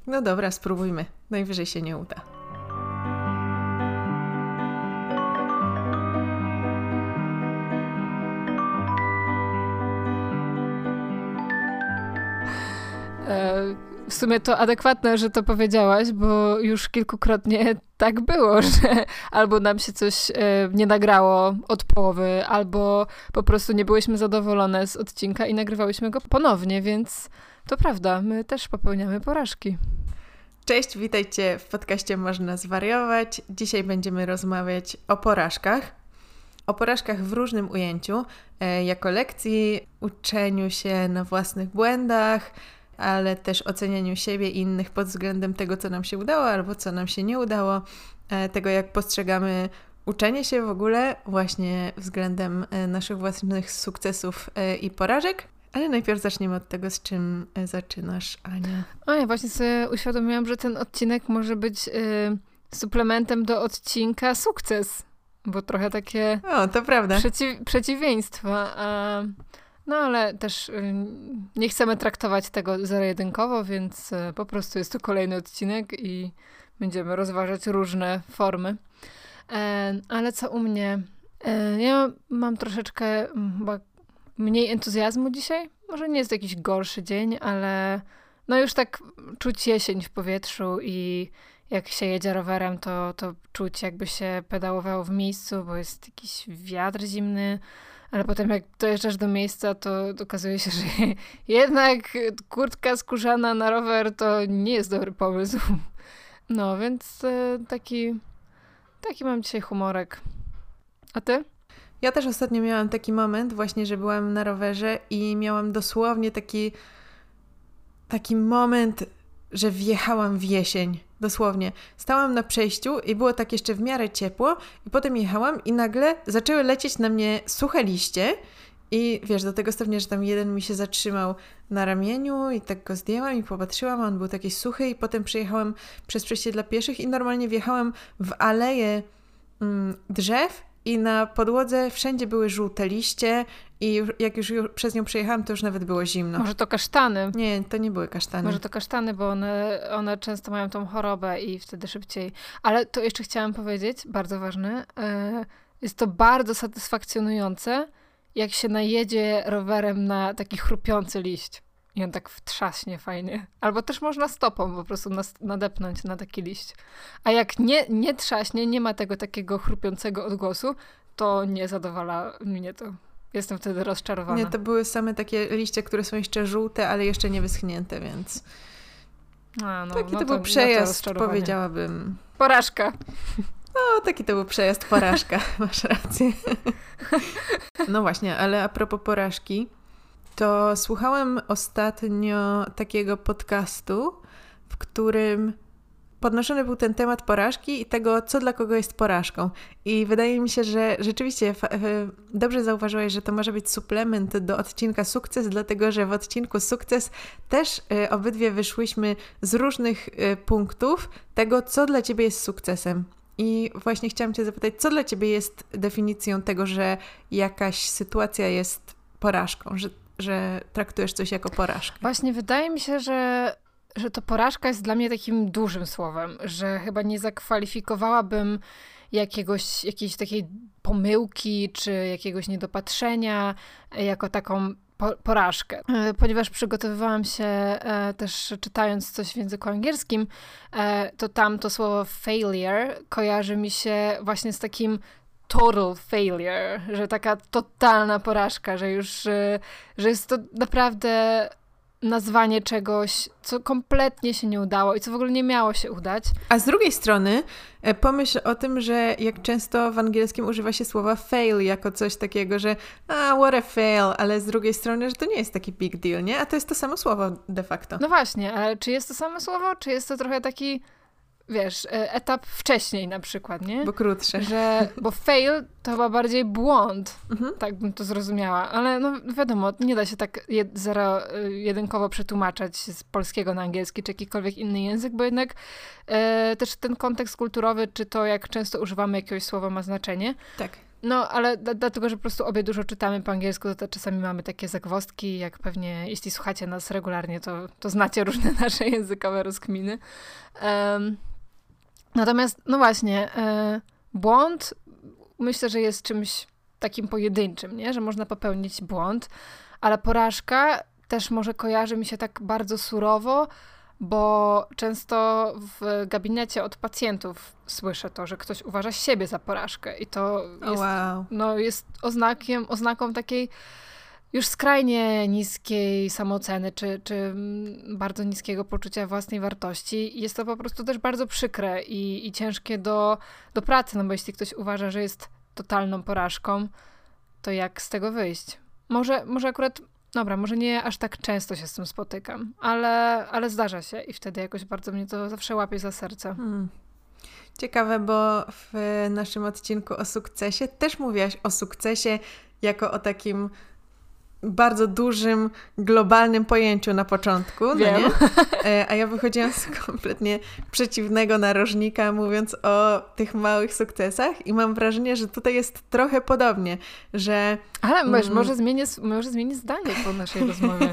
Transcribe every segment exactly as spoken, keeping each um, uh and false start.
No dobra, spróbujmy. Najwyżej się nie uda. W sumie to adekwatne, że to powiedziałaś, bo już kilkukrotnie tak było, że albo nam się coś nie nagrało od połowy, albo po prostu nie byłyśmy zadowolone z odcinka i nagrywałyśmy go ponownie, więc to prawda, my też popełniamy porażki. Cześć, witajcie w podcaście Można Zwariować. Dzisiaj będziemy rozmawiać o porażkach. O porażkach w różnym ujęciu, jako lekcji, uczeniu się na własnych błędach, ale też ocenianiu siebie i innych pod względem tego, co nam się udało albo co nam się nie udało, tego jak postrzegamy uczenie się w ogóle właśnie względem naszych własnych sukcesów i porażek. Ale najpierw zaczniemy od tego, z czym zaczynasz, Ania. O, ja właśnie sobie uświadomiłam, że ten odcinek może być y, suplementem do odcinka sukces, bo trochę takie o, to prawda. Przeciw, przeciwieństwa. A, no ale też y, nie chcemy traktować tego zero-jedynkowo, więc y, po prostu jest to kolejny odcinek i będziemy rozważać różne formy. E, ale co u mnie? E, ja mam troszeczkę chyba mniej entuzjazmu dzisiaj. Może nie jest to jakiś gorszy dzień, ale no już tak czuć jesień w powietrzu i jak się jedzie rowerem, to, to czuć jakby się pedałowało w miejscu, bo jest jakiś wiatr zimny, ale potem jak dojeżdżasz do miejsca, to okazuje się, że jednak kurtka skórzana na rower to nie jest dobry pomysł. No, więc taki, taki mam dzisiaj humorek. A ty? Ja też ostatnio miałam taki moment właśnie, że byłam na rowerze i miałam dosłownie taki taki moment, że wjechałam w jesień. Dosłownie. Stałam na przejściu i było tak jeszcze w miarę ciepło i potem jechałam i nagle zaczęły lecieć na mnie suche liście i wiesz, do tego stopnia, że tam jeden mi się zatrzymał na ramieniu i tak go zdjęłam i popatrzyłam, on był taki suchy i potem przejechałam przez przejście dla pieszych i normalnie wjechałam w aleję mm, drzew i na podłodze wszędzie były żółte liście i jak już przez nią przejechałam, to już nawet było zimno. Może to kasztany? Nie, to nie były kasztany. Może to kasztany, bo one, one często mają tą chorobę i wtedy szybciej. Ale to jeszcze chciałam powiedzieć, bardzo ważne, jest to bardzo satysfakcjonujące, jak się najedzie rowerem na taki chrupiący liść. I on tak wtrzaśnie fajnie. Albo też można stopą po prostu nas, nadepnąć na taki liść. A jak nie, nie trzaśnie, nie ma tego takiego chrupiącego odgłosu, to nie zadowala mnie to. Jestem wtedy rozczarowana. Nie, to były same takie liście, które są jeszcze żółte, ale jeszcze nie wyschnięte, więc A, no, taki no to, to był przejazd, no powiedziałabym. Porażka. No, taki to był przejazd, porażka. Masz rację. No właśnie, ale a propos porażki, to słuchałam ostatnio takiego podcastu, w którym podnoszony był ten temat porażki i tego, co dla kogo jest porażką. I wydaje mi się, że rzeczywiście fa- dobrze zauważyłeś, że to może być suplement do odcinka sukces, dlatego że w odcinku sukces też y, obydwie wyszłyśmy z różnych y, punktów tego, co dla ciebie jest sukcesem. I właśnie chciałam cię zapytać, co dla ciebie jest definicją tego, że jakaś sytuacja jest porażką, że, że traktujesz coś jako porażkę? Właśnie wydaje mi się, że że to porażka jest dla mnie takim dużym słowem, że chyba nie zakwalifikowałabym jakiegoś, jakiejś takiej pomyłki czy jakiegoś niedopatrzenia jako taką po- porażkę. Ponieważ przygotowywałam się e, też czytając coś w języku angielskim, e, to tam to słowo failure kojarzy mi się właśnie z takim total failure, że taka totalna porażka, że już, że, że jest to naprawdę nazwanie czegoś, co kompletnie się nie udało i co w ogóle nie miało się udać. A z drugiej strony pomyśl o tym, że jak często w angielskim używa się słowa fail jako coś takiego, że a, what a fail, ale z drugiej strony, że to nie jest taki big deal, nie? A to jest to samo słowo de facto. No właśnie, ale czy jest to samo słowo, czy jest to trochę taki, wiesz, etap wcześniej na przykład, nie? Bo krótsze. Że, bo fail to chyba bardziej błąd, Mhm. tak bym to zrozumiała, ale no wiadomo, nie da się tak jed- zero-jedynkowo przetłumaczać z polskiego na angielski, czy jakikolwiek inny język, bo jednak e, też ten kontekst kulturowy, czy to jak często używamy jakiegoś słowa ma znaczenie. Tak. No, ale d- dlatego, że po prostu obie dużo czytamy po angielsku, to czasami mamy takie zagwozdki, jak pewnie, jeśli słuchacie nas regularnie, to, to znacie różne nasze językowe rozkminy. Um, natomiast, no właśnie, e, błąd myślę, że jest czymś takim pojedynczym, nie? Że można popełnić błąd, ale porażka też może kojarzy mi się tak bardzo surowo, bo często w gabinecie od pacjentów słyszę to, że ktoś uważa siebie za porażkę i to jest, wow. no, jest oznakiem, oznaką takiej już skrajnie niskiej samooceny, czy, czy bardzo niskiego poczucia własnej wartości. Jest to po prostu też bardzo przykre i, i ciężkie do, do pracy, no bo jeśli ktoś uważa, że jest totalną porażką, to jak z tego wyjść? Może, może akurat Dobra, może nie aż tak często się z tym spotykam, ale, ale zdarza się i wtedy jakoś bardzo mnie to zawsze łapie za serce. Hmm. Ciekawe, bo w naszym odcinku o sukcesie też mówiłaś o sukcesie jako o takim bardzo dużym, globalnym pojęciu na początku, no Wiem. nie? A ja wychodziłam z kompletnie przeciwnego narożnika, mówiąc o tych małych sukcesach i mam wrażenie, że tutaj jest trochę podobnie, że... Ale mm, może, zmienię, może zmienię zdanie po naszej rozmowie.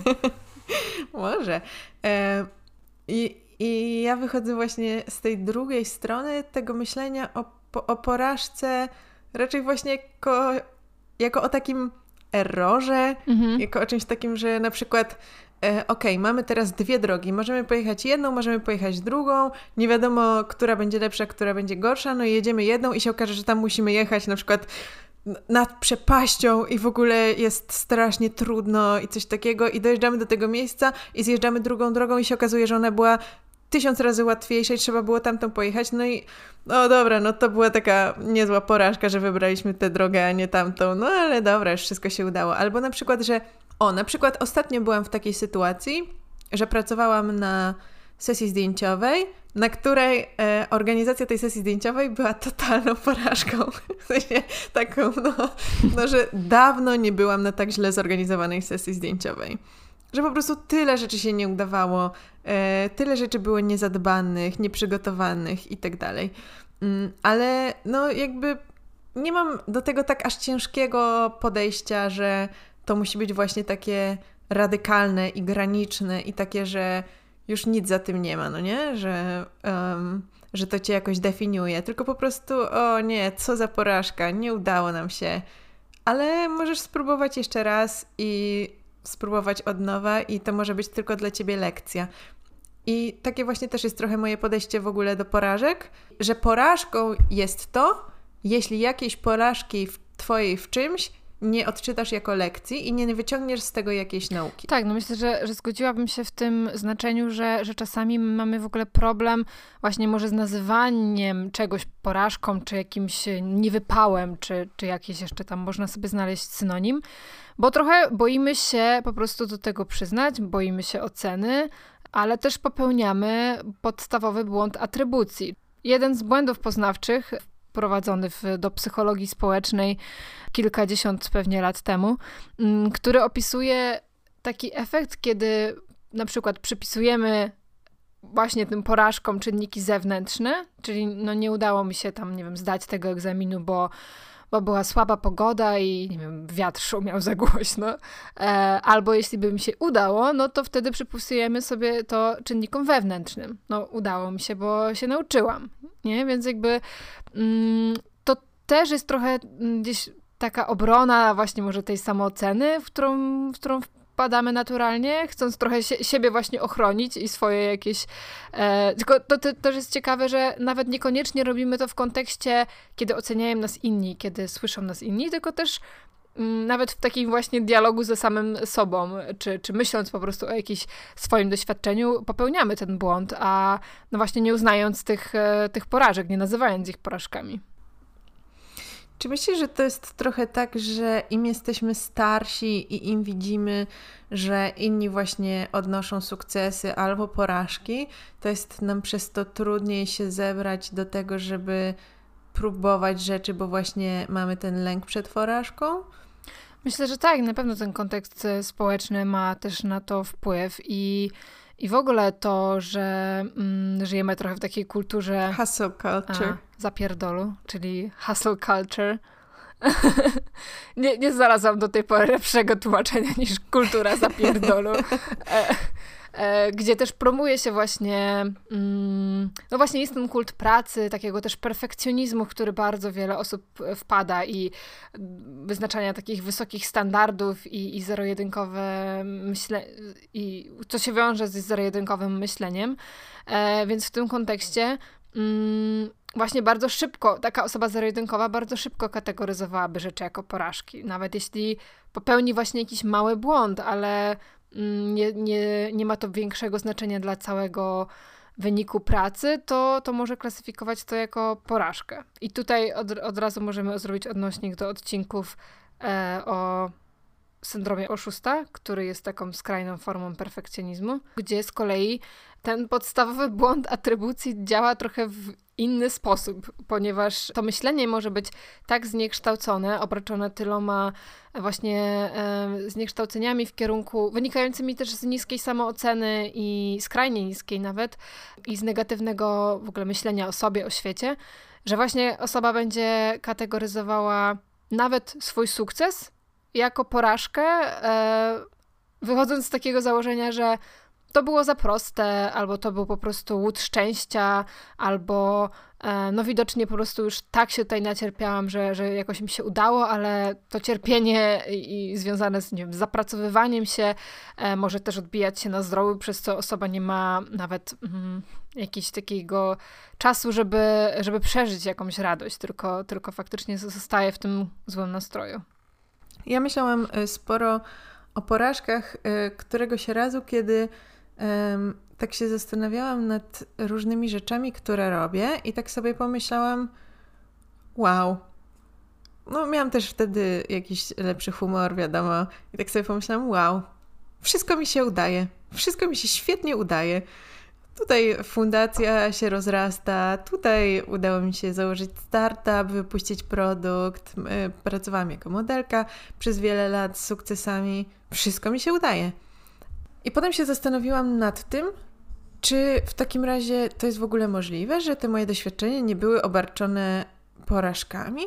Może. E, i, I ja wychodzę właśnie z tej drugiej strony tego myślenia o, o porażce raczej właśnie jako, jako o takim errorze, mhm. jako o czymś takim, że na przykład e, okej, okay, mamy teraz dwie drogi, możemy pojechać jedną, możemy pojechać drugą, nie wiadomo, która będzie lepsza, która będzie gorsza, no i jedziemy jedną i się okaże, że tam musimy jechać na przykład nad przepaścią i w ogóle jest strasznie trudno i coś takiego i dojeżdżamy do tego miejsca i zjeżdżamy drugą drogą i się okazuje, że ona była tysiąc razy łatwiejsza i trzeba było tamtą pojechać, no i no dobra, no to była taka niezła porażka, że wybraliśmy tę drogę, a nie tamtą, no ale dobra, już wszystko się udało. Albo na przykład, że o, na przykład ostatnio byłam w takiej sytuacji, że pracowałam na sesji zdjęciowej, na której e, organizacja tej sesji zdjęciowej była totalną porażką. W sensie taką, no, no, że dawno nie byłam na tak źle zorganizowanej sesji zdjęciowej. Że po prostu tyle rzeczy się nie udawało, e, tyle rzeczy było niezadbanych, nieprzygotowanych i tak dalej. Mm, ale no jakby nie mam do tego tak aż ciężkiego podejścia, że to musi być właśnie takie radykalne i graniczne i takie, że już nic za tym nie ma, no nie? Że, um, że to cię jakoś definiuje. Tylko po prostu, o nie, co za porażka, nie udało nam się. Ale możesz spróbować jeszcze raz i spróbować od nowa i to może być tylko dla ciebie lekcja. I takie właśnie też jest trochę moje podejście w ogóle do porażek, że porażką jest to, jeśli jakiejś porażki w twojej w czymś nie odczytasz jako lekcji i nie wyciągniesz z tego jakiejś nauki. Tak, no myślę, że, że zgodziłabym się w tym znaczeniu, że, że czasami mamy w ogóle problem właśnie może z nazywaniem czegoś porażką, czy jakimś niewypałem, czy, czy jakieś jeszcze tam można sobie znaleźć synonim, bo trochę boimy się po prostu do tego przyznać, boimy się oceny, ale też popełniamy podstawowy błąd atrybucji. Jeden z błędów poznawczych wprowadzony w, do psychologii społecznej kilkadziesiąt pewnie lat temu, który opisuje taki efekt, kiedy na przykład przypisujemy właśnie tym porażkom czynniki zewnętrzne, czyli no nie udało mi się tam, nie wiem, zdać tego egzaminu, bo bo była słaba pogoda i, nie wiem, wiatr szumiał za głośno. E, albo jeśli by mi się udało, no to wtedy przypisujemy sobie to czynnikom wewnętrznym. No udało mi się, bo się nauczyłam, nie? Więc jakby mm, to też jest trochę gdzieś taka obrona właśnie może tej samooceny, w którą, w którą wpadamy naturalnie, chcąc trochę się, siebie właśnie ochronić i swoje jakieś... E, tylko to, to też jest ciekawe, że nawet niekoniecznie robimy to w kontekście, kiedy oceniają nas inni, kiedy słyszą nas inni, tylko też m, nawet w takim właśnie dialogu ze samym sobą, czy, czy myśląc po prostu o jakimś swoim doświadczeniu, popełniamy ten błąd, a no właśnie nie uznając tych, e, tych porażek, nie nazywając ich porażkami. Czy myślisz, że to jest trochę tak, że im jesteśmy starsi i im widzimy, że inni właśnie odnoszą sukcesy albo porażki, to jest nam przez to trudniej się zebrać do tego, żeby próbować rzeczy, bo właśnie mamy ten lęk przed porażką? Myślę, że tak. Na pewno ten kontekst społeczny ma też na to wpływ i I w ogóle to, że mm, żyjemy trochę w takiej kulturze... Hustle culture. A, zapierdolu, czyli hustle culture. nie, nie znalazłam do tej pory lepszego tłumaczenia niż kultura zapierdolu. E, e, gdzie też promuje się właśnie, mm, no właśnie jest ten kult pracy, takiego też perfekcjonizmu, w który bardzo wiele osób wpada i wyznaczania takich wysokich standardów i, i zero-jedynkowe myśle, i co się wiąże z zero-jedynkowym myśleniem. E, więc w tym kontekście mm, właśnie bardzo szybko, taka osoba zero-jedynkowa bardzo szybko kategoryzowałaby rzeczy jako porażki. Nawet jeśli popełni właśnie jakiś mały błąd, ale nie, nie, nie ma to większego znaczenia dla całego wyniku pracy, to, to może klasyfikować to jako porażkę. I tutaj od, od razu możemy zrobić odnośnik do odcinków e, o syndromie oszusta, który jest taką skrajną formą perfekcjonizmu, gdzie z kolei ten podstawowy błąd atrybucji działa trochę w inny sposób, ponieważ to myślenie może być tak zniekształcone, obarczone tyloma właśnie e, zniekształceniami w kierunku, wynikającymi też z niskiej samooceny i skrajnie niskiej nawet, i z negatywnego w ogóle myślenia o sobie, o świecie, że właśnie osoba będzie kategoryzowała nawet swój sukces jako porażkę, e, wychodząc z takiego założenia, że to było za proste, albo to był po prostu łód szczęścia, albo e, no widocznie po prostu już tak się tutaj nacierpiałam, że, że jakoś mi się udało, ale to cierpienie i, i związane z, nie wiem, zapracowywaniem się e, może też odbijać się na zdrowiu, przez co osoba nie ma nawet mm, jakiegoś takiego czasu, żeby, żeby przeżyć jakąś radość, tylko, tylko faktycznie zostaje w tym złym nastroju. Ja myślałam sporo o porażkach któregoś razu, kiedy um, tak się zastanawiałam nad różnymi rzeczami, które robię i tak sobie pomyślałam, wow. No miałam też wtedy jakiś lepszy humor, wiadomo, i tak sobie pomyślałam, wow, wszystko mi się udaje, wszystko mi się świetnie udaje. Tutaj fundacja się rozrasta, tutaj udało mi się założyć startup, wypuścić produkt, pracowałam jako modelka przez wiele lat z sukcesami. Wszystko mi się udaje. I potem się zastanowiłam nad tym, czy w takim razie to jest w ogóle możliwe, że te moje doświadczenia nie były obarczone porażkami?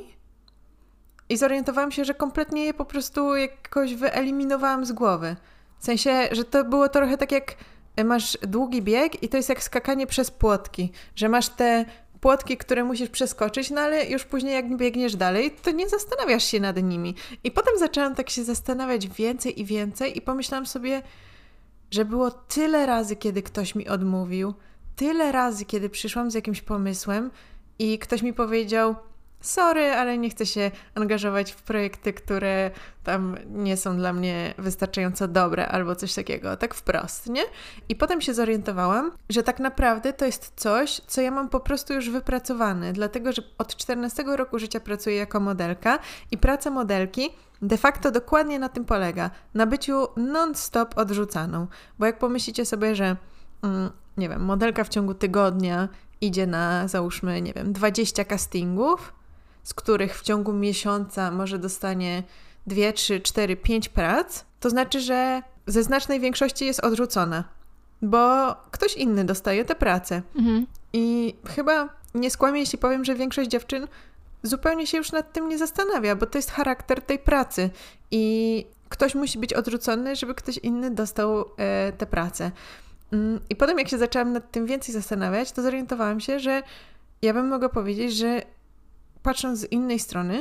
I zorientowałam się, że kompletnie je po prostu jakoś wyeliminowałam z głowy. W sensie, że to było trochę tak jak masz długi bieg i to jest jak skakanie przez płotki, że masz te płotki, które musisz przeskoczyć, no ale już później jak biegniesz dalej, to nie zastanawiasz się nad nimi. I potem zaczęłam tak się zastanawiać więcej i więcej i pomyślałam sobie, że było tyle razy, kiedy ktoś mi odmówił, tyle razy, kiedy przyszłam z jakimś pomysłem i ktoś mi powiedział, sorry, ale nie chcę się angażować w projekty, które tam nie są dla mnie wystarczająco dobre albo coś takiego, tak wprost, nie? I potem się zorientowałam, że tak naprawdę to jest coś, co ja mam po prostu już wypracowane, dlatego, że od czternastego roku życia pracuję jako modelka i praca modelki de facto dokładnie na tym polega, na byciu non-stop odrzucaną, bo jak pomyślicie sobie, że mm, nie wiem, modelka w ciągu tygodnia idzie na, załóżmy, nie wiem, dwadzieścia castingów, z których w ciągu miesiąca może dostanie dwie, trzy, cztery, pięć prac, to znaczy, że ze znacznej większości jest odrzucona, bo ktoś inny dostaje tę pracę. Mhm. I chyba nie skłamię, jeśli powiem, że większość dziewczyn zupełnie się już nad tym nie zastanawia, bo to jest charakter tej pracy i ktoś musi być odrzucony, żeby ktoś inny dostał e, tę pracę. I potem jak się zaczęłam nad tym więcej zastanawiać, to zorientowałam się, że ja bym mogła powiedzieć, że patrząc z innej strony,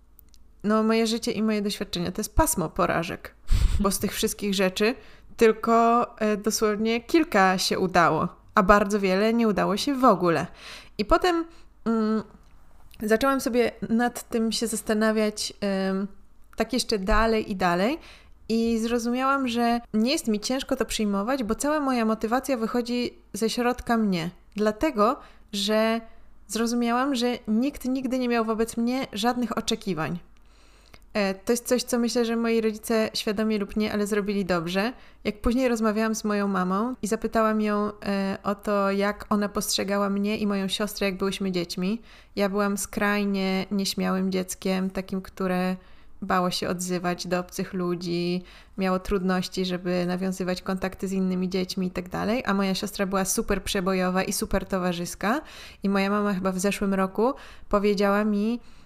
no moje życie i moje doświadczenia to jest pasmo porażek, bo z tych wszystkich rzeczy tylko e, dosłownie kilka się udało, a bardzo wiele nie udało się w ogóle. I potem mm, zaczęłam sobie nad tym się zastanawiać e, tak jeszcze dalej i dalej i zrozumiałam, że nie jest mi ciężko to przyjmować, bo cała moja motywacja wychodzi ze środka mnie, dlatego, że zrozumiałam, że nikt nigdy nie miał wobec mnie żadnych oczekiwań. E, to jest coś, co myślę, że moi rodzice świadomie lub nie, ale zrobili dobrze. Jak później rozmawiałam z moją mamą i zapytałam ją e, o to, jak ona postrzegała mnie i moją siostrę, jak byłyśmy dziećmi. Ja byłam skrajnie nieśmiałym dzieckiem, takim, które bało się odzywać do obcych ludzi, miało trudności, żeby nawiązywać kontakty z innymi dziećmi i tak dalej, a moja siostra była super przebojowa i super towarzyska i moja mama chyba w zeszłym roku powiedziała mi,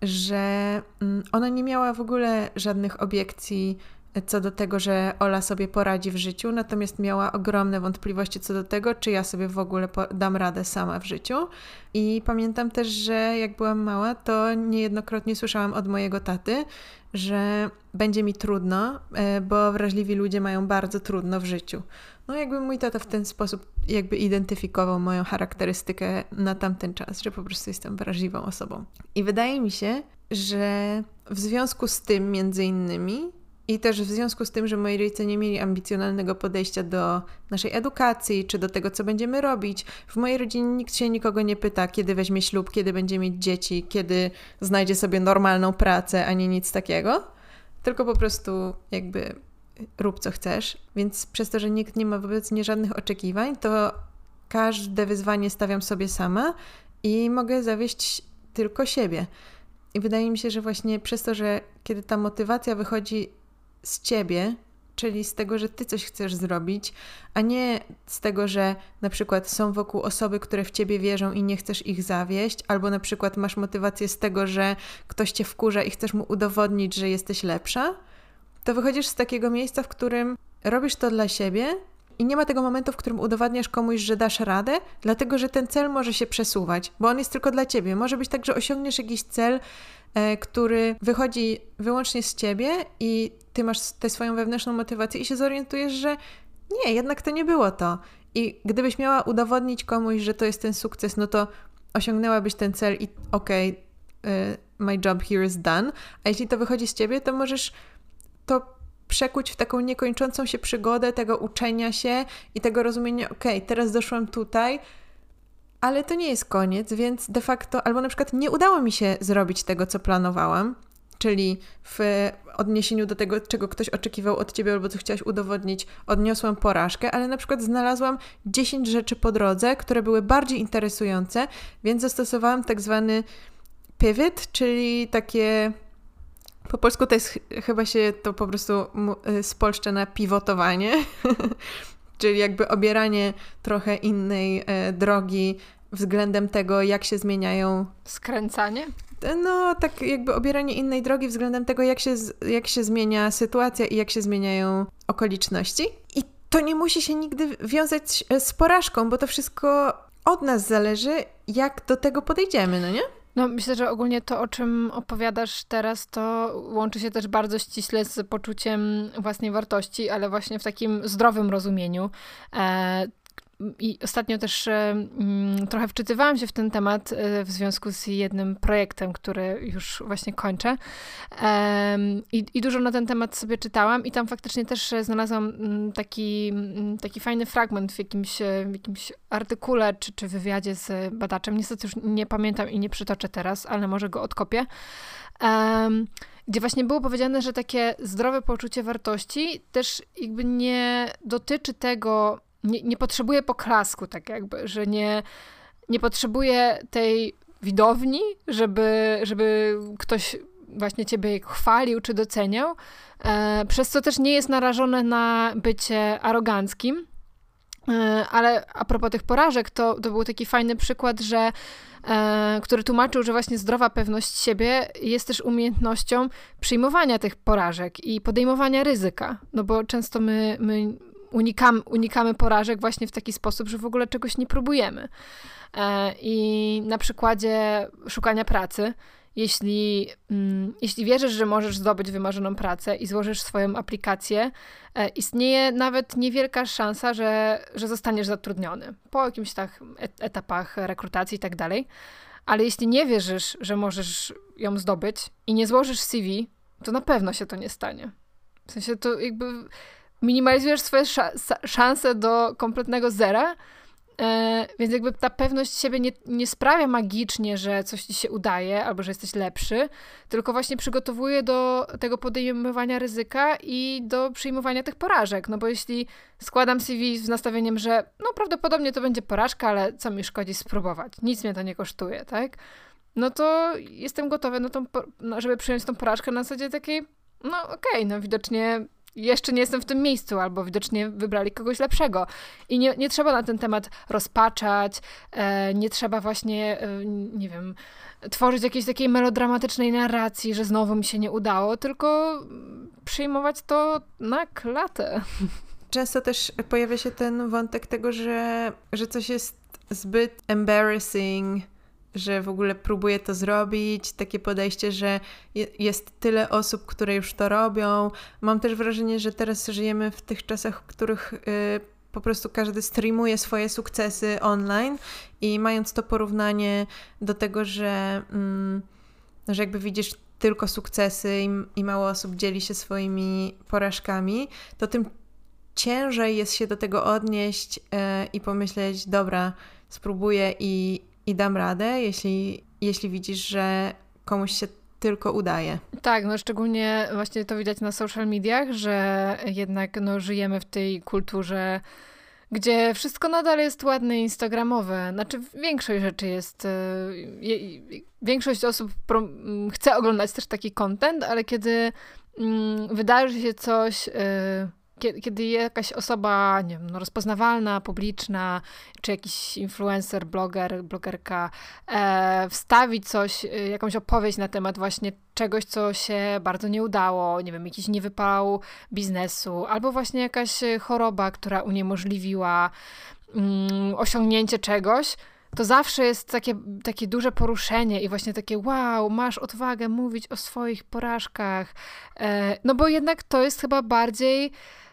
że ona nie miała w ogóle żadnych obiekcji co do tego, że Ola sobie poradzi w życiu, natomiast miała ogromne wątpliwości co do tego, czy ja sobie w ogóle dam radę sama w życiu. I pamiętam też, że jak byłam mała, to niejednokrotnie słyszałam od mojego taty, że będzie mi trudno, bo wrażliwi ludzie mają bardzo trudno w życiu. No jakby mój tata w ten sposób jakby identyfikował moją charakterystykę na tamten czas, że po prostu jestem wrażliwą osobą. I wydaje mi się, że w związku z tym między innymi i też w związku z tym, że moi rodzice nie mieli ambicjonalnego podejścia do naszej edukacji, czy do tego, co będziemy robić. W mojej rodzinie nikt się nikogo nie pyta, kiedy weźmie ślub, kiedy będzie mieć dzieci, kiedy znajdzie sobie normalną pracę, ani nic takiego. Tylko po prostu jakby rób co chcesz. Więc przez to, że nikt nie ma wobec mnie żadnych oczekiwań, to każde wyzwanie stawiam sobie sama i mogę zawieść tylko siebie. I wydaje mi się, że właśnie przez to, że kiedy ta motywacja wychodzi z ciebie, czyli z tego, że ty coś chcesz zrobić, a nie z tego, że na przykład są wokół osoby, które w ciebie wierzą i nie chcesz ich zawieść, albo na przykład masz motywację z tego, że ktoś cię wkurza i chcesz mu udowodnić, że jesteś lepsza, to wychodzisz z takiego miejsca, w którym robisz to dla siebie i nie ma tego momentu, w którym udowadniasz komuś, że dasz radę, dlatego, że ten cel może się przesuwać, bo on jest tylko dla ciebie. Może być tak, że osiągniesz jakiś cel, e, który wychodzi wyłącznie z ciebie i ty masz tę swoją wewnętrzną motywację i się zorientujesz, że nie, jednak to nie było to. I gdybyś miała udowodnić komuś, że to jest ten sukces, no to osiągnęłabyś ten cel i okej, okay, my job here is done. A jeśli to wychodzi z ciebie, to możesz to przekuć w taką niekończącą się przygodę tego uczenia się i tego rozumienia, okej, okay, teraz doszłam tutaj, ale to nie jest koniec, więc de facto, albo na przykład nie udało mi się zrobić tego, co planowałam, czyli w odniesieniu do tego, czego ktoś oczekiwał od ciebie albo co chciałaś udowodnić, odniosłam porażkę, ale na przykład znalazłam dziesięć rzeczy po drodze, które były bardziej interesujące, więc zastosowałam tak zwany pivot, czyli takie... Po polsku to jest, ch- chyba się to po prostu spolszcza na pivotowanie, czyli jakby obieranie trochę innej e, drogi względem tego, jak się zmieniają... Skręcanie? No, tak jakby obieranie innej drogi względem tego, jak się, jak się zmienia sytuacja i jak się zmieniają okoliczności. I to nie musi się nigdy wiązać z porażką, bo to wszystko od nas zależy, jak do tego podejdziemy, no nie? No myślę, że ogólnie to, o czym opowiadasz teraz, to łączy się też bardzo ściśle z poczuciem własnej wartości, ale właśnie w takim zdrowym rozumieniu. E- I ostatnio też um, trochę wczytywałam się w ten temat um, w związku z jednym projektem, który już właśnie kończę. Um, i, I dużo na ten temat sobie czytałam i tam faktycznie też znalazłam um, taki, um, taki fajny fragment w jakimś, w jakimś artykule czy, czy wywiadzie z badaczem. Niestety już nie pamiętam i nie przytoczę teraz, ale może go odkopię. Um, gdzie właśnie było powiedziane, że takie zdrowe poczucie wartości też jakby nie dotyczy tego, Nie, nie potrzebuje poklasku, tak jakby, że nie, nie potrzebuje tej widowni, żeby, żeby ktoś właśnie ciebie chwalił czy doceniał, e, przez co też nie jest narażone na bycie aroganckim. E, ale a propos tych porażek, to, to był taki fajny przykład, że e, który tłumaczył, że właśnie zdrowa pewność siebie jest też umiejętnością przyjmowania tych porażek i podejmowania ryzyka, no bo często my, my Unikamy, unikamy porażek właśnie w taki sposób, że w ogóle czegoś nie próbujemy. E, I na przykładzie szukania pracy, jeśli, mm, jeśli wierzysz, że możesz zdobyć wymarzoną pracę i złożysz swoją aplikację, e, istnieje nawet niewielka szansa, że, że zostaniesz zatrudniony po jakimś tak etapach rekrutacji i tak dalej. Ale jeśli nie wierzysz, że możesz ją zdobyć i nie złożysz C V, to na pewno się to nie stanie. W sensie to jakby... minimalizujesz swoje szanse do kompletnego zera, e, więc jakby ta pewność siebie nie, nie sprawia magicznie, że coś ci się udaje albo że jesteś lepszy, tylko właśnie przygotowuje do tego podejmowania ryzyka i do przyjmowania tych porażek. No bo jeśli składam C V z nastawieniem, że no prawdopodobnie to będzie porażka, ale co mi szkodzi spróbować, nic mnie to nie kosztuje, tak? No to jestem gotowy na tą, żeby przyjąć tą porażkę na zasadzie takiej, no okej, okay, no widocznie jeszcze nie jestem w tym miejscu, albo widocznie wybrali kogoś lepszego. I nie, nie trzeba na ten temat rozpaczać, e, nie trzeba właśnie, e, nie wiem, tworzyć jakiejś takiej melodramatycznej narracji, że znowu mi się nie udało, tylko przyjmować to na klatę. Często też pojawia się ten wątek tego, że, że coś jest zbyt embarrassing, że w ogóle próbuje to zrobić, takie podejście, że je, jest tyle osób, które już to robią. Mam też wrażenie, że teraz żyjemy w tych czasach, w których y, po prostu każdy streamuje swoje sukcesy online i mając to porównanie do tego, że, mm, że jakby widzisz tylko sukcesy i, i mało osób dzieli się swoimi porażkami, to tym ciężej jest się do tego odnieść y, i pomyśleć, dobra, spróbuję i I dam radę, jeśli, jeśli widzisz, że komuś się tylko udaje. Tak, no szczególnie właśnie to widać na social mediach, że jednak no, żyjemy w tej kulturze, gdzie wszystko nadal jest ładne i instagramowe. Znaczy większość rzeczy jest... Je, większość osób pro, chce oglądać też taki content, ale kiedy mm, wydarzy się coś... Y, Kiedy jakaś osoba, nie wiem, no rozpoznawalna, publiczna, czy jakiś influencer, bloger, blogerka e, wstawi coś, jakąś opowieść na temat właśnie czegoś, co się bardzo nie udało, nie wiem, jakiś niewypał biznesu, albo właśnie jakaś choroba, która uniemożliwiła mm, osiągnięcie czegoś, to zawsze jest takie, takie duże poruszenie i właśnie takie wow, masz odwagę mówić o swoich porażkach. E, no bo jednak to jest chyba bardziej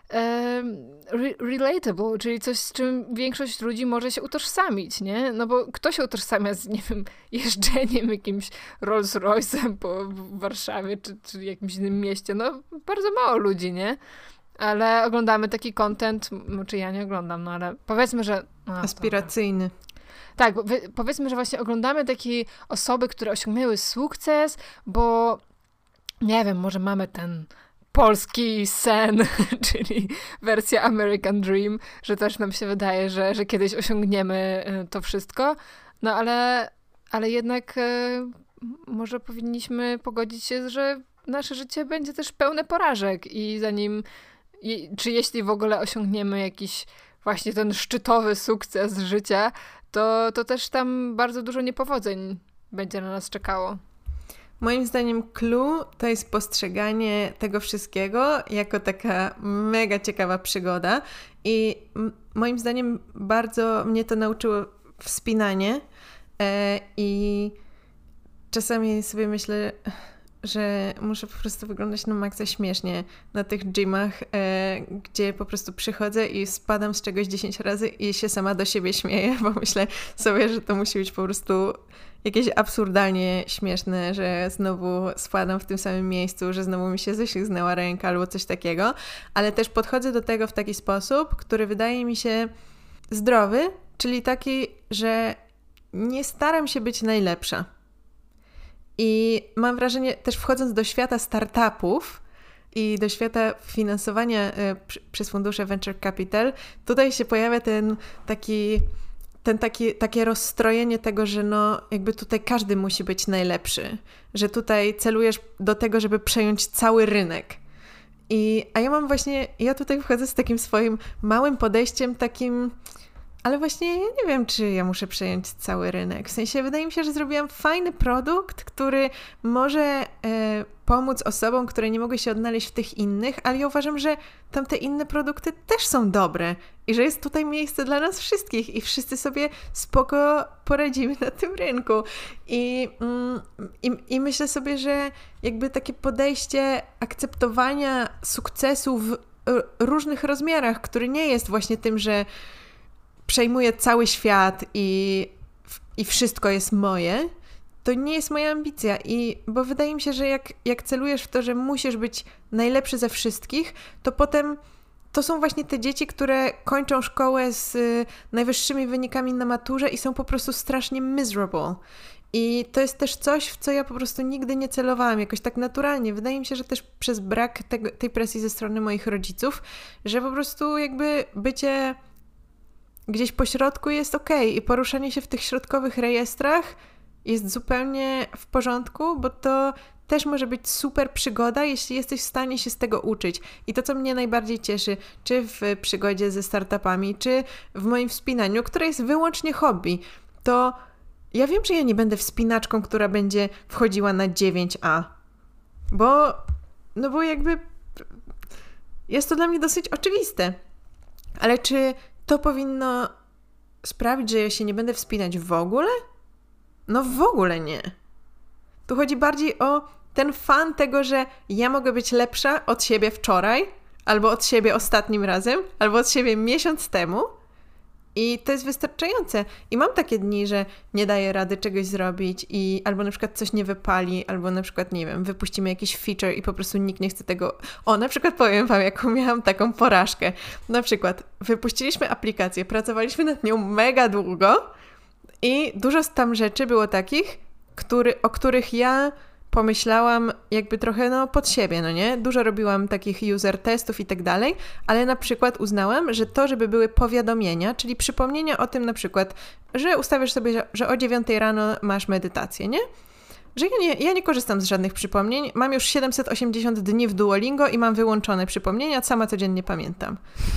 Re- relatable, czyli coś, z czym większość ludzi może się utożsamić, nie? No bo kto się utożsamia z, nie wiem, jeżdżeniem jakimś Rolls Royce'em po Warszawie, czy, czy jakimś innym mieście? No bardzo mało ludzi, nie? Ale oglądamy taki content, czy ja nie oglądam, no ale powiedzmy, że... No, aspiracyjny. To... Tak, powiedzmy, że właśnie oglądamy takie osoby, które osiągnęły sukces, bo nie wiem, może mamy ten... polski sen, czyli wersja American Dream, że też nam się wydaje, że, że kiedyś osiągniemy to wszystko, no ale, ale jednak e, może powinniśmy pogodzić się, że nasze życie będzie też pełne porażek i zanim, i, czy jeśli w ogóle osiągniemy jakiś właśnie ten szczytowy sukces życia, to, to też tam bardzo dużo niepowodzeń będzie na nas czekało. Moim zdaniem clue to jest postrzeganie tego wszystkiego jako taka mega ciekawa przygoda i m- moim zdaniem bardzo mnie to nauczyło wspinanie e, i czasami sobie myślę, że muszę po prostu wyglądać na maksa śmiesznie na tych gymach, e, gdzie po prostu przychodzę i spadam z czegoś dziesięć razy i się sama do siebie śmieję, bo myślę sobie, że to musi być po prostu jakieś absurdalnie śmieszne, że znowu spadam w tym samym miejscu, że znowu mi się ześlizgnęła ręka albo coś takiego, ale też podchodzę do tego w taki sposób, który wydaje mi się zdrowy, czyli taki, że nie staram się być najlepsza. I mam wrażenie, też wchodząc do świata startupów i do świata finansowania y, pr- przez fundusze Venture Capital, tutaj się pojawia ten taki, ten taki, takie rozstrojenie tego, że no jakby tutaj każdy musi być najlepszy, że tutaj celujesz do tego, żeby przejąć cały rynek. I, a ja mam właśnie, ja tutaj wchodzę z takim swoim małym podejściem, takim... Ale właśnie ja nie wiem, czy ja muszę przejąć cały rynek. W sensie wydaje mi się, że zrobiłam fajny produkt, który może e, pomóc osobom, które nie mogły się odnaleźć w tych innych, ale ja uważam, że tamte inne produkty też są dobre i że jest tutaj miejsce dla nas wszystkich i wszyscy sobie spoko poradzimy na tym rynku. I, mm, i, i myślę sobie, że jakby takie podejście akceptowania sukcesu w różnych rozmiarach, który nie jest właśnie tym, że przejmuję cały świat i, i wszystko jest moje, to nie jest moja ambicja. I bo wydaje mi się, że jak, jak celujesz w to, że musisz być najlepszy ze wszystkich, to potem to są właśnie te dzieci, które kończą szkołę z y, najwyższymi wynikami na maturze i są po prostu strasznie miserable. I to jest też coś, w co ja po prostu nigdy nie celowałam, jakoś tak naturalnie. Wydaje mi się, że też przez brak tego, tej presji ze strony moich rodziców, że po prostu jakby bycie gdzieś po środku jest okej i poruszanie się w tych środkowych rejestrach jest zupełnie w porządku, bo to też może być super przygoda, jeśli jesteś w stanie się z tego uczyć. I to, co mnie najbardziej cieszy, czy w przygodzie ze startupami, czy w moim wspinaniu, które jest wyłącznie hobby, to ja wiem, że ja nie będę wspinaczką, która będzie wchodziła na dziewięć A. Bo, no bo jakby jest to dla mnie dosyć oczywiste. Ale czy to powinno sprawić, że ja się nie będę wspinać w ogóle? No w ogóle nie. Tu chodzi bardziej o ten fan tego, że ja mogę być lepsza od siebie wczoraj, albo od siebie ostatnim razem, albo od siebie miesiąc temu. I to jest wystarczające. I mam takie dni, że nie daję rady czegoś zrobić i albo na przykład coś nie wypali, albo na przykład, nie wiem, wypuścimy jakiś feature i po prostu nikt nie chce tego... O, na przykład powiem wam, jaką miałam taką porażkę. Na przykład wypuściliśmy aplikację, pracowaliśmy nad nią mega długo i dużo tam rzeczy było takich, który, o których ja pomyślałam jakby trochę no pod siebie, no nie? Dużo robiłam takich user testów i tak dalej, ale na przykład uznałam, że to, żeby były powiadomienia, czyli przypomnienia o tym na przykład, że ustawiasz sobie, że, że o dziewiątej rano masz medytację, nie? Że ja nie, ja nie korzystam z żadnych przypomnień, mam już siedemset osiemdziesiąt dni w Duolingo i mam wyłączone przypomnienia, sama codziennie pamiętam.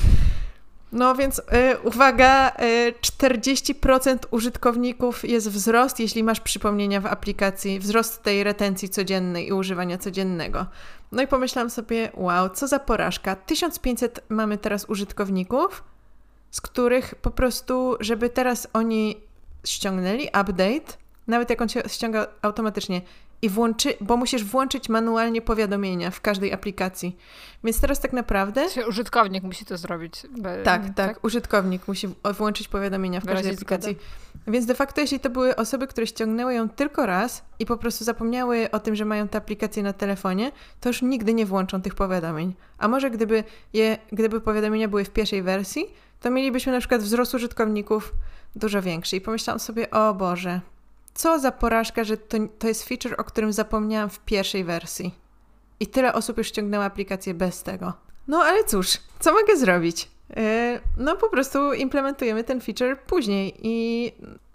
No więc y, uwaga, y, czterdzieści procent użytkowników jest wzrost, jeśli masz przypomnienia w aplikacji, wzrost tej retencji codziennej i używania codziennego. No i pomyślałam sobie, wow, co za porażka. tysiąc pięćset mamy teraz użytkowników, z których po prostu, żeby teraz oni ściągnęli update, nawet jak on się ściąga automatycznie, i włączy, bo musisz włączyć manualnie powiadomienia w każdej aplikacji. Więc teraz tak naprawdę... Czyli użytkownik musi to zrobić. Be, tak, tak, tak. Użytkownik musi włączyć powiadomienia w każdej aplikacji. Zgoda. Więc de facto, jeśli to były osoby, które ściągnęły ją tylko raz i po prostu zapomniały o tym, że mają tę aplikację na telefonie, to już nigdy nie włączą tych powiadomień. A może gdyby, je, gdyby powiadomienia były w pierwszej wersji, to mielibyśmy na przykład wzrost użytkowników dużo większy. I pomyślałam sobie, o Boże, co za porażka, że to, to jest feature, o którym zapomniałam w pierwszej wersji. I tyle osób już ściągnęło aplikację bez tego. No ale cóż, co mogę zrobić? Yy, no po prostu implementujemy ten feature później i...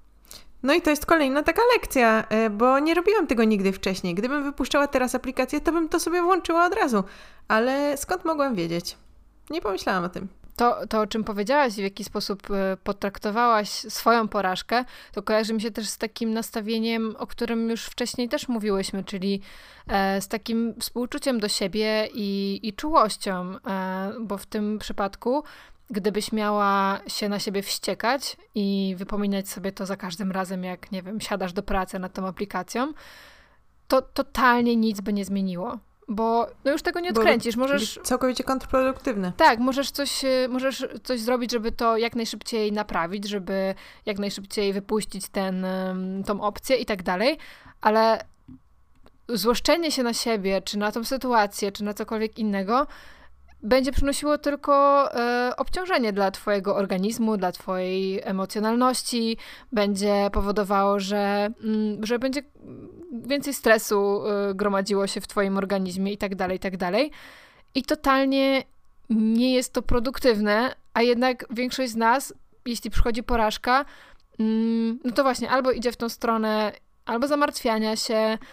No i to jest kolejna taka lekcja, yy, bo nie robiłam tego nigdy wcześniej. Gdybym wypuszczała teraz aplikację, to bym to sobie włączyła od razu. Ale skąd mogłam wiedzieć? Nie pomyślałam o tym. To, to, o czym powiedziałaś i w jaki sposób potraktowałaś swoją porażkę, to kojarzy mi się też z takim nastawieniem, o którym już wcześniej też mówiłyśmy, czyli e, z takim współczuciem do siebie i, i czułością, e, bo w tym przypadku, gdybyś miała się na siebie wściekać i wypominać sobie to za każdym razem, jak, nie wiem, siadasz do pracy nad tą aplikacją, to totalnie nic by nie zmieniło. Bo no już tego nie odkręcisz. Możesz... Całkowicie kontrproduktywne. Tak, możesz coś, możesz coś zrobić, żeby to jak najszybciej naprawić, żeby jak najszybciej wypuścić ten, tą opcję i tak dalej, ale złoszczenie się na siebie, czy na tą sytuację, czy na cokolwiek innego będzie przynosiło tylko e, obciążenie dla twojego organizmu, dla twojej emocjonalności, będzie powodowało, że, mm, że będzie więcej stresu y, gromadziło się w twoim organizmie i tak dalej, i tak dalej. I totalnie nie jest to produktywne, a jednak większość z nas, jeśli przychodzi porażka, mm, no to właśnie albo idzie w tą stronę, albo zamartwiania się,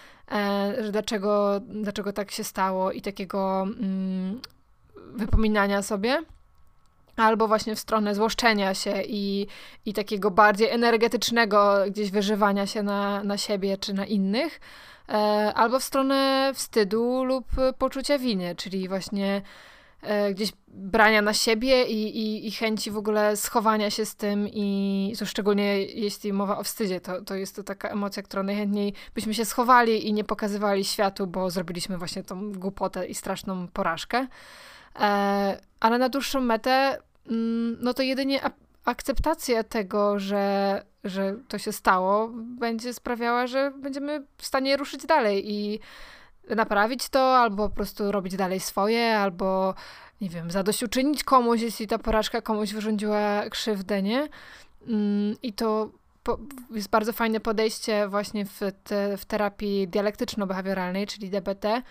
e, że dlaczego, dlaczego tak się stało i takiego mm, wypominania sobie, albo właśnie w stronę złoszczenia się i, i takiego bardziej energetycznego gdzieś wyżywania się na, na siebie czy na innych, e, albo w stronę wstydu lub poczucia winy, czyli właśnie e, gdzieś brania na siebie i, i, i chęci w ogóle schowania się z tym i szczególnie jeśli mowa o wstydzie, to, to jest to taka emocja, którą najchętniej byśmy się schowali i nie pokazywali światu, bo zrobiliśmy właśnie tą głupotę i straszną porażkę. E, ale na dłuższą metę, mm, no to jedynie a- akceptacja tego, że, że to się stało, będzie sprawiała, że będziemy w stanie ruszyć dalej i naprawić to, albo po prostu robić dalej swoje, albo, nie wiem, zadośćuczynić komuś, jeśli ta porażka komuś wyrządziła krzywdę, nie? Mm, I to po, jest bardzo fajne podejście właśnie w, te, w terapii dialektyczno-behawioralnej, czyli D B T,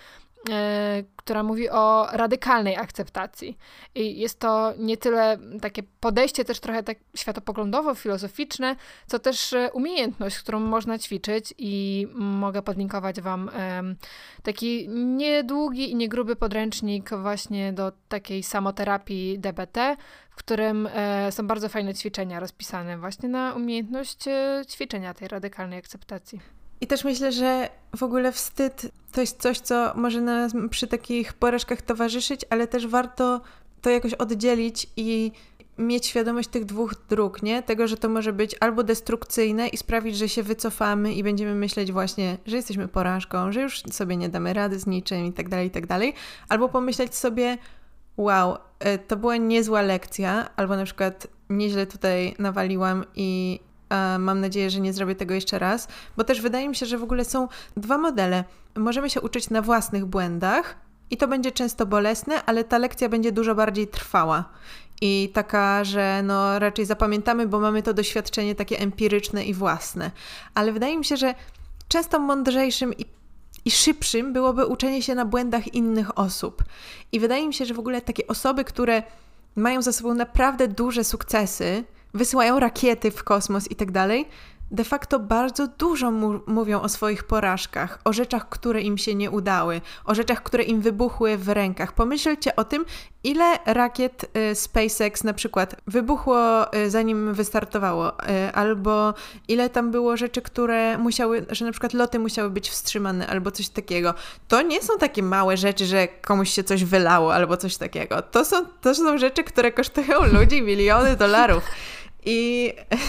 która mówi o radykalnej akceptacji. I jest to nie tyle takie podejście też trochę tak światopoglądowo-filozoficzne, co też umiejętność, którą można ćwiczyć i mogę podlinkować wam taki niedługi i niegruby podręcznik właśnie do takiej samoterapii D B T, w którym są bardzo fajne ćwiczenia rozpisane właśnie na umiejętność ćwiczenia tej radykalnej akceptacji. I też myślę, że w ogóle wstyd to jest coś, co może nam przy takich porażkach towarzyszyć, ale też warto to jakoś oddzielić i mieć świadomość tych dwóch dróg, nie? Tego, że to może być albo destrukcyjne i sprawić, że się wycofamy i będziemy myśleć właśnie, że jesteśmy porażką, że już sobie nie damy rady z niczym i tak dalej, i tak dalej. Albo pomyśleć sobie, wow, to była niezła lekcja, albo na przykład nieźle tutaj nawaliłam i mam nadzieję, że nie zrobię tego jeszcze raz, bo też wydaje mi się, że w ogóle są dwa modele. Możemy się uczyć na własnych błędach i to będzie często bolesne, ale ta lekcja będzie dużo bardziej trwała i taka, że no raczej zapamiętamy, bo mamy to doświadczenie takie empiryczne i własne. Ale wydaje mi się, że często mądrzejszym i, i szybszym byłoby uczenie się na błędach innych osób. I wydaje mi się, że w ogóle takie osoby, które mają za sobą naprawdę duże sukcesy, wysyłają rakiety w kosmos i tak dalej, de facto bardzo dużo mu- mówią o swoich porażkach, o rzeczach, które im się nie udały, o rzeczach, które im wybuchły w rękach. Pomyślcie o tym, ile rakiet y, SpaceX na przykład wybuchło y, zanim wystartowało, y, albo ile tam było rzeczy, które musiały, że na przykład loty musiały być wstrzymane, albo coś takiego. To nie są takie małe rzeczy, że komuś się coś wylało, albo coś takiego. To są, to są rzeczy, które kosztują ludzi miliony dolarów. I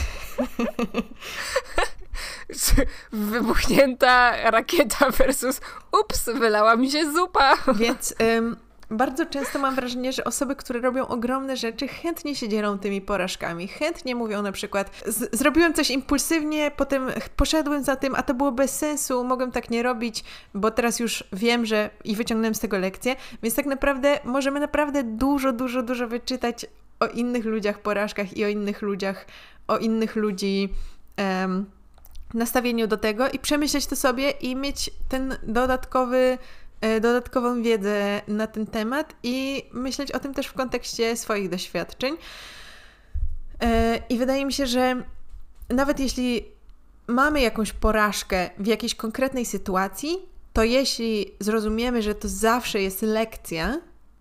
wybuchnięta rakieta versus ups, wylała mi się zupa. Więc ym, bardzo często mam wrażenie, że osoby, które robią ogromne rzeczy, chętnie się dzielą tymi porażkami. Chętnie mówią na przykład, z- zrobiłem coś impulsywnie, potem poszedłem za tym, a to było bez sensu, mogłem tak nie robić, bo teraz już wiem, że i wyciągnąłem z tego lekcję. Więc tak naprawdę możemy naprawdę dużo, dużo, dużo wyczytać o innych ludziach porażkach i o innych ludziach, o innych ludzi um, nastawieniu do tego i przemyśleć to sobie i mieć ten dodatkowy, e, dodatkową wiedzę na ten temat i myśleć o tym też w kontekście swoich doświadczeń. E, I wydaje mi się, że nawet jeśli mamy jakąś porażkę w jakiejś konkretnej sytuacji, to jeśli zrozumiemy, że to zawsze jest lekcja,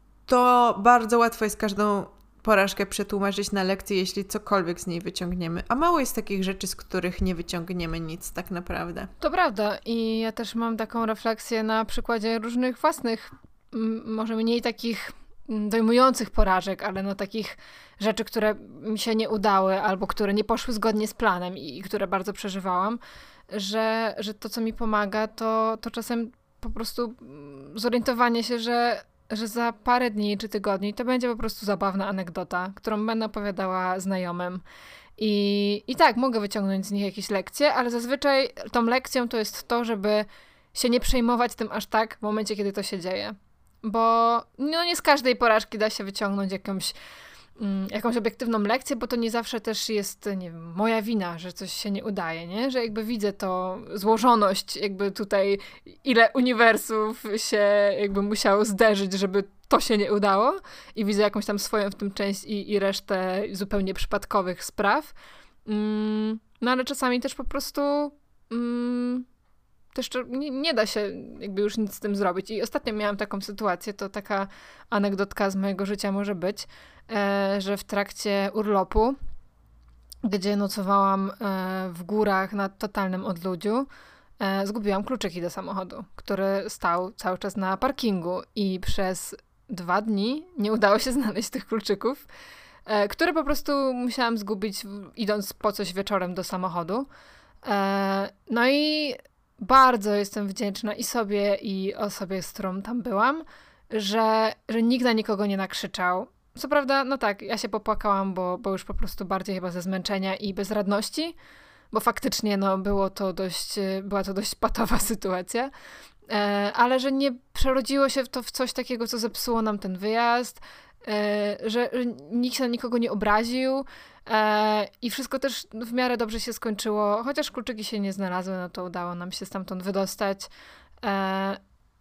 to bardzo łatwo jest każdą porażkę przetłumaczyć na lekcję, jeśli cokolwiek z niej wyciągniemy. A mało jest takich rzeczy, z których nie wyciągniemy nic tak naprawdę. To prawda i ja też mam taką refleksję na przykładzie różnych własnych, m- może mniej takich dojmujących porażek, ale no takich rzeczy, które mi się nie udały albo które nie poszły zgodnie z planem i, i które bardzo przeżywałam, że, że to, co mi pomaga, to, to czasem po prostu zorientowanie się, że że za parę dni czy tygodni to będzie po prostu zabawna anegdota, którą będę opowiadała znajomym. I, i tak, mogę wyciągnąć z nich jakieś lekcje, ale zazwyczaj tą lekcją to jest to, żeby się nie przejmować tym aż tak w momencie, kiedy to się dzieje. Bo no, nie z każdej porażki da się wyciągnąć jakąś, mm, jakąś obiektywną lekcję, bo to nie zawsze też jest, nie wiem, moja wina, że coś się nie udaje, nie? Że jakby widzę to złożoność, jakby tutaj ile uniwersów się jakby musiało zderzyć, żeby to się nie udało i widzę jakąś tam swoją w tym część i, i resztę zupełnie przypadkowych spraw. Mm, no ale czasami też po prostu mm, też nie, nie da się jakby już nic z tym zrobić. I ostatnio miałam taką sytuację, to taka anegdotka z mojego życia może być, e, że w trakcie urlopu, gdzie nocowałam e, w górach na totalnym odludziu, e, zgubiłam kluczyki do samochodu, który stał cały czas na parkingu i przez dwa dni nie udało się znaleźć tych kluczyków, e, które po prostu musiałam zgubić idąc po coś wieczorem do samochodu. E, no i bardzo jestem wdzięczna i sobie, i osobie, z którą tam byłam, że, że nikt na nikogo nie nakrzyczał. Co prawda, no tak, ja się popłakałam, bo, bo już po prostu bardziej chyba ze zmęczenia i bezradności, bo faktycznie no, było to dość, była to dość patowa sytuacja, e, ale że nie przerodziło się to w coś takiego, co zepsuło nam ten wyjazd, e, że, że nikt się na nikogo nie obraził, E, i wszystko też w miarę dobrze się skończyło, chociaż kluczyki się nie znalazły, no to udało nam się stamtąd wydostać. E,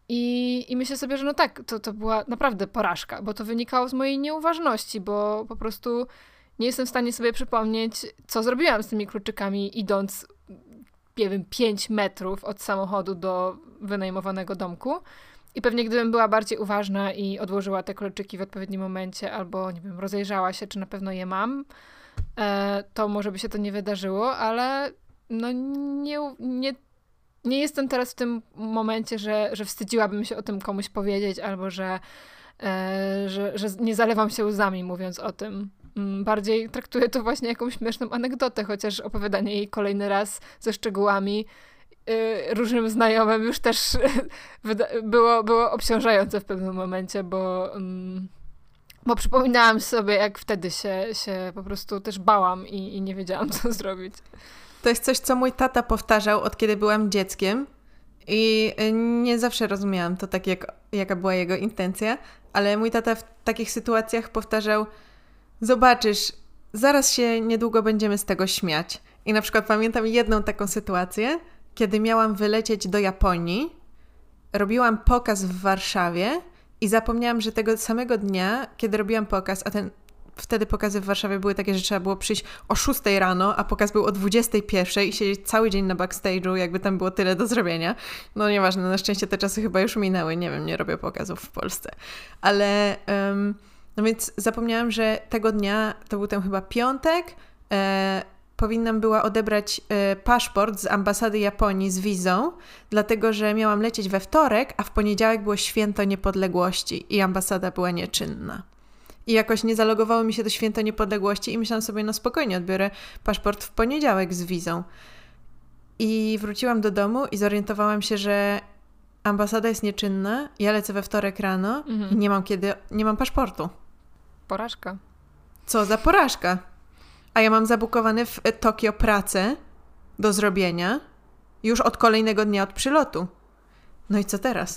I, I myślę sobie, że no tak, to, to była naprawdę porażka, bo to wynikało z mojej nieuważności, bo po prostu nie jestem w stanie sobie przypomnieć, co zrobiłam z tymi kluczykami, idąc, nie wiem, pięć metrów od samochodu do wynajmowanego domku. I pewnie gdybym była bardziej uważna i odłożyła te kluczyki w odpowiednim momencie, albo, nie wiem, rozejrzała się, czy na pewno je mam, e, to może by się to nie wydarzyło, ale no nie, nie, nie jestem teraz w tym momencie, że, że wstydziłabym się o tym komuś powiedzieć, albo że, e, że, że nie zalewam się łzami, mówiąc o tym. Bardziej traktuję to właśnie jako śmieszną anegdotę, chociaż opowiadanie jej kolejny raz ze szczegółami yy, różnym znajomym już też było, było obciążające w pewnym momencie, bo, yy, bo przypominałam sobie, jak wtedy się, się po prostu też bałam i, i nie wiedziałam, co zrobić. To jest coś, co mój tata powtarzał, od kiedy byłam dzieckiem i nie zawsze rozumiałam to tak, jak, jaka była jego intencja, ale mój tata w takich sytuacjach powtarzał: zobaczysz, zaraz się niedługo będziemy z tego śmiać. I na przykład pamiętam jedną taką sytuację, kiedy miałam wylecieć do Japonii, robiłam pokaz w Warszawie i zapomniałam, że tego samego dnia, kiedy robiłam pokaz, a ten wtedy pokazy w Warszawie były takie, że trzeba było przyjść o szóstej rano, a pokaz był o dwudziestej pierwszej i siedzieć cały dzień na backstage'u, jakby tam było tyle do zrobienia. No nieważne, na szczęście te czasy chyba już minęły, nie wiem, nie robię pokazów w Polsce. Ale... Um, No więc zapomniałam, że tego dnia, to był ten chyba piątek, e, powinnam była odebrać e, paszport z ambasady Japonii z wizą, dlatego że miałam lecieć we wtorek, a w poniedziałek było święto niepodległości i ambasada była nieczynna. I jakoś nie zalogowało mi się to święto niepodległości i myślałam sobie, no spokojnie, odbiorę paszport w poniedziałek z wizą. I wróciłam do domu i zorientowałam się, że ambasada jest nieczynna, ja lecę we wtorek rano mhm. i nie mam kiedy, nie mam paszportu. Porażka. Co za porażka. A ja mam zabukowane w Tokio pracę do zrobienia już od kolejnego dnia od przylotu. No i co teraz?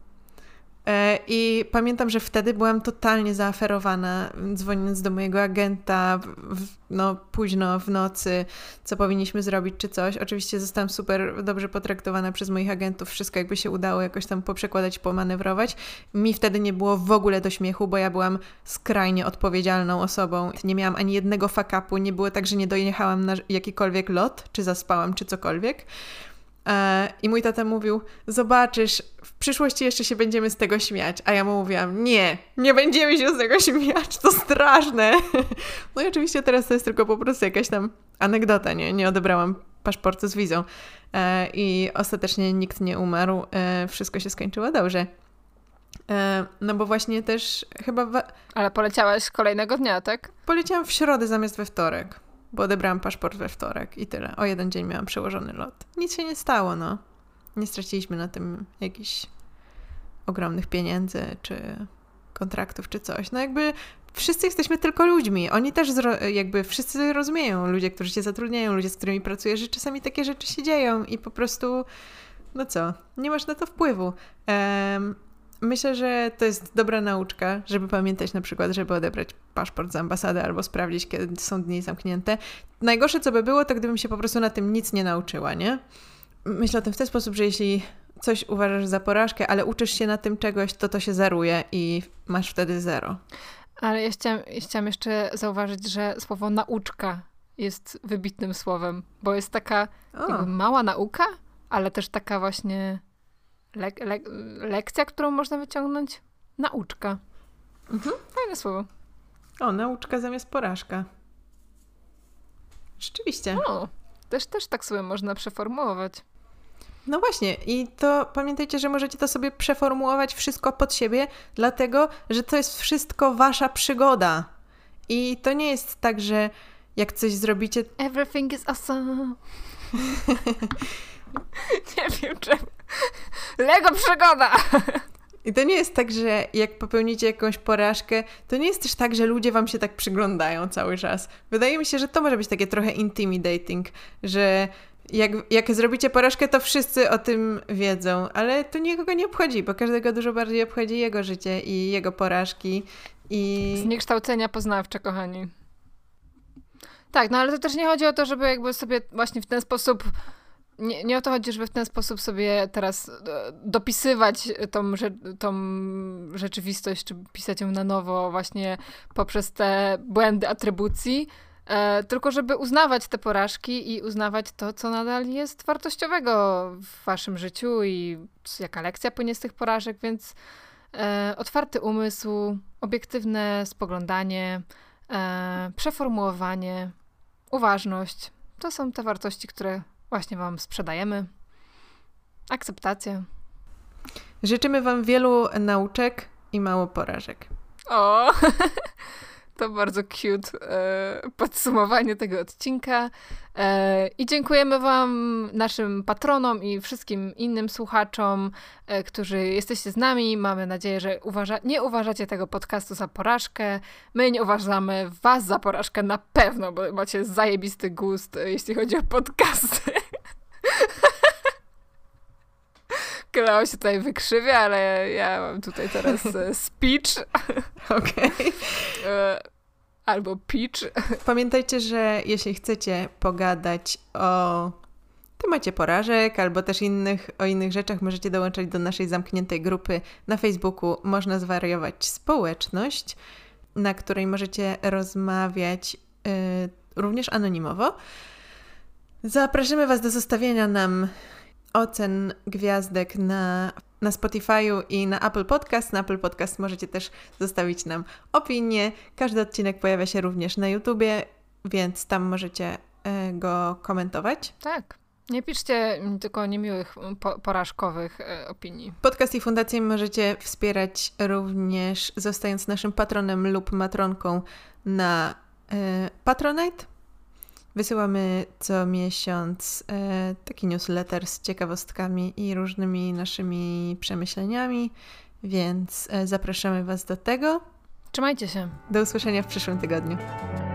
E, I pamiętam, że wtedy byłam totalnie zaaferowana, dzwoniąc do mojego agenta w, no, późno w nocy, co powinniśmy zrobić czy coś. Oczywiście zostałam super dobrze potraktowana przez moich agentów. Wszystko jakby się udało jakoś tam poprzekładać, pomanewrować. Mi wtedy nie było w ogóle do śmiechu, bo ja byłam skrajnie odpowiedzialną osobą. Nie miałam ani jednego fuck-upu. Nie było tak, że nie dojechałam na jakikolwiek lot, czy zaspałam, czy cokolwiek. I mój tata mówił: zobaczysz, w przyszłości jeszcze się będziemy z tego śmiać. A ja mu mówiłam: nie, nie będziemy się z tego śmiać, to straszne. No i oczywiście teraz to jest tylko po prostu jakaś tam anegdota, nie? Nie odebrałam paszportu z wizą. I ostatecznie nikt nie umarł. Wszystko się skończyło dobrze. No bo właśnie też chyba... Wa- Ale poleciałaś kolejnego dnia, tak? Poleciałam w środę zamiast we wtorek. Bo odebrałam paszport we wtorek i tyle. O jeden dzień miałam przełożony lot. Nic się nie stało, no. Nie straciliśmy na tym jakichś ogromnych pieniędzy, czy kontraktów, czy coś. No jakby wszyscy jesteśmy tylko ludźmi. Oni też zro- jakby wszyscy rozumieją. Ludzie, którzy cię zatrudniają, ludzie, z którymi pracujesz, że czasami takie rzeczy się dzieją i po prostu, no co, nie masz na to wpływu. Um, Myślę, że to jest dobra nauczka, żeby pamiętać na przykład, żeby odebrać paszport z ambasady albo sprawdzić, kiedy są dni zamknięte. Najgorsze, co by było, to gdybym się po prostu na tym nic nie nauczyła, nie? Myślę o tym w ten sposób, że jeśli coś uważasz za porażkę, ale uczysz się na tym czegoś, to to się zeruje i masz wtedy zero. Ale ja chciałam, ja chciałam jeszcze zauważyć, że słowo nauczka jest wybitnym słowem, bo jest taka jakby mała nauka, ale też taka właśnie... Le- le- lekcja, którą można wyciągnąć? Nauczka. Mhm. Fajne słowo. O, nauczka zamiast porażka. Rzeczywiście. O, też, też tak sobie można przeformułować. No właśnie. I to pamiętajcie, że możecie to sobie przeformułować wszystko pod siebie, dlatego, że to jest wszystko wasza przygoda. I to nie jest tak, że jak coś zrobicie... Everything is awesome. Nie wiem czemu. Lego przygoda! I to nie jest tak, że jak popełnicie jakąś porażkę, to nie jest też tak, że ludzie wam się tak przyglądają cały czas. Wydaje mi się, że to może być takie trochę intimidating, że jak, jak zrobicie porażkę, to wszyscy o tym wiedzą, ale to nikogo nie obchodzi, bo każdego dużo bardziej obchodzi jego życie i jego porażki. I... Zniekształcenia poznawcze, kochani. Tak, no ale to też nie chodzi o to, żeby jakby sobie właśnie w ten sposób nie, nie o to chodzi, żeby w ten sposób sobie teraz dopisywać tą, tą rzeczywistość, czy pisać ją na nowo właśnie poprzez te błędy atrybucji, e, tylko żeby uznawać te porażki i uznawać to, co nadal jest wartościowego w waszym życiu i jaka lekcja płynie z tych porażek, więc e, otwarty umysł, obiektywne spoglądanie, e, przeformułowanie, uważność. To są te wartości, które właśnie wam sprzedajemy. Akceptacja. Życzymy wam wielu nauczek i mało porażek. O, to bardzo cute e, podsumowanie tego odcinka. E, I dziękujemy wam, naszym patronom i wszystkim innym słuchaczom, e, którzy jesteście z nami. Mamy nadzieję, że uważa- nie uważacie tego podcastu za porażkę. My nie uważamy was za porażkę na pewno, bo macie zajebisty gust, e, jeśli chodzi o podcasty. Kleo się tutaj wykrzywia, ale ja mam tutaj teraz e, speech. Okej. Okay. Albo pitch. Pamiętajcie, że jeśli chcecie pogadać o temacie porażek albo też innych, o innych rzeczach, możecie dołączać do naszej zamkniętej grupy na Facebooku Można Zwariować Społeczność, na której możecie rozmawiać y, również anonimowo. Zapraszamy was do zostawienia nam ocen gwiazdek na, na Spotify'u i na Apple Podcast. Na Apple Podcast możecie też zostawić nam opinię. Każdy odcinek pojawia się również na YouTubie, więc tam możecie e, go komentować. Tak. Nie piszcie tylko niemiłych, po, porażkowych e, opinii. Podcast i fundację możecie wspierać również zostając naszym patronem lub matronką na e, Patronite. Wysyłamy co miesiąc e, taki newsletter z ciekawostkami i różnymi naszymi przemyśleniami, więc e, zapraszamy was do tego. Trzymajcie się. Do usłyszenia w przyszłym tygodniu.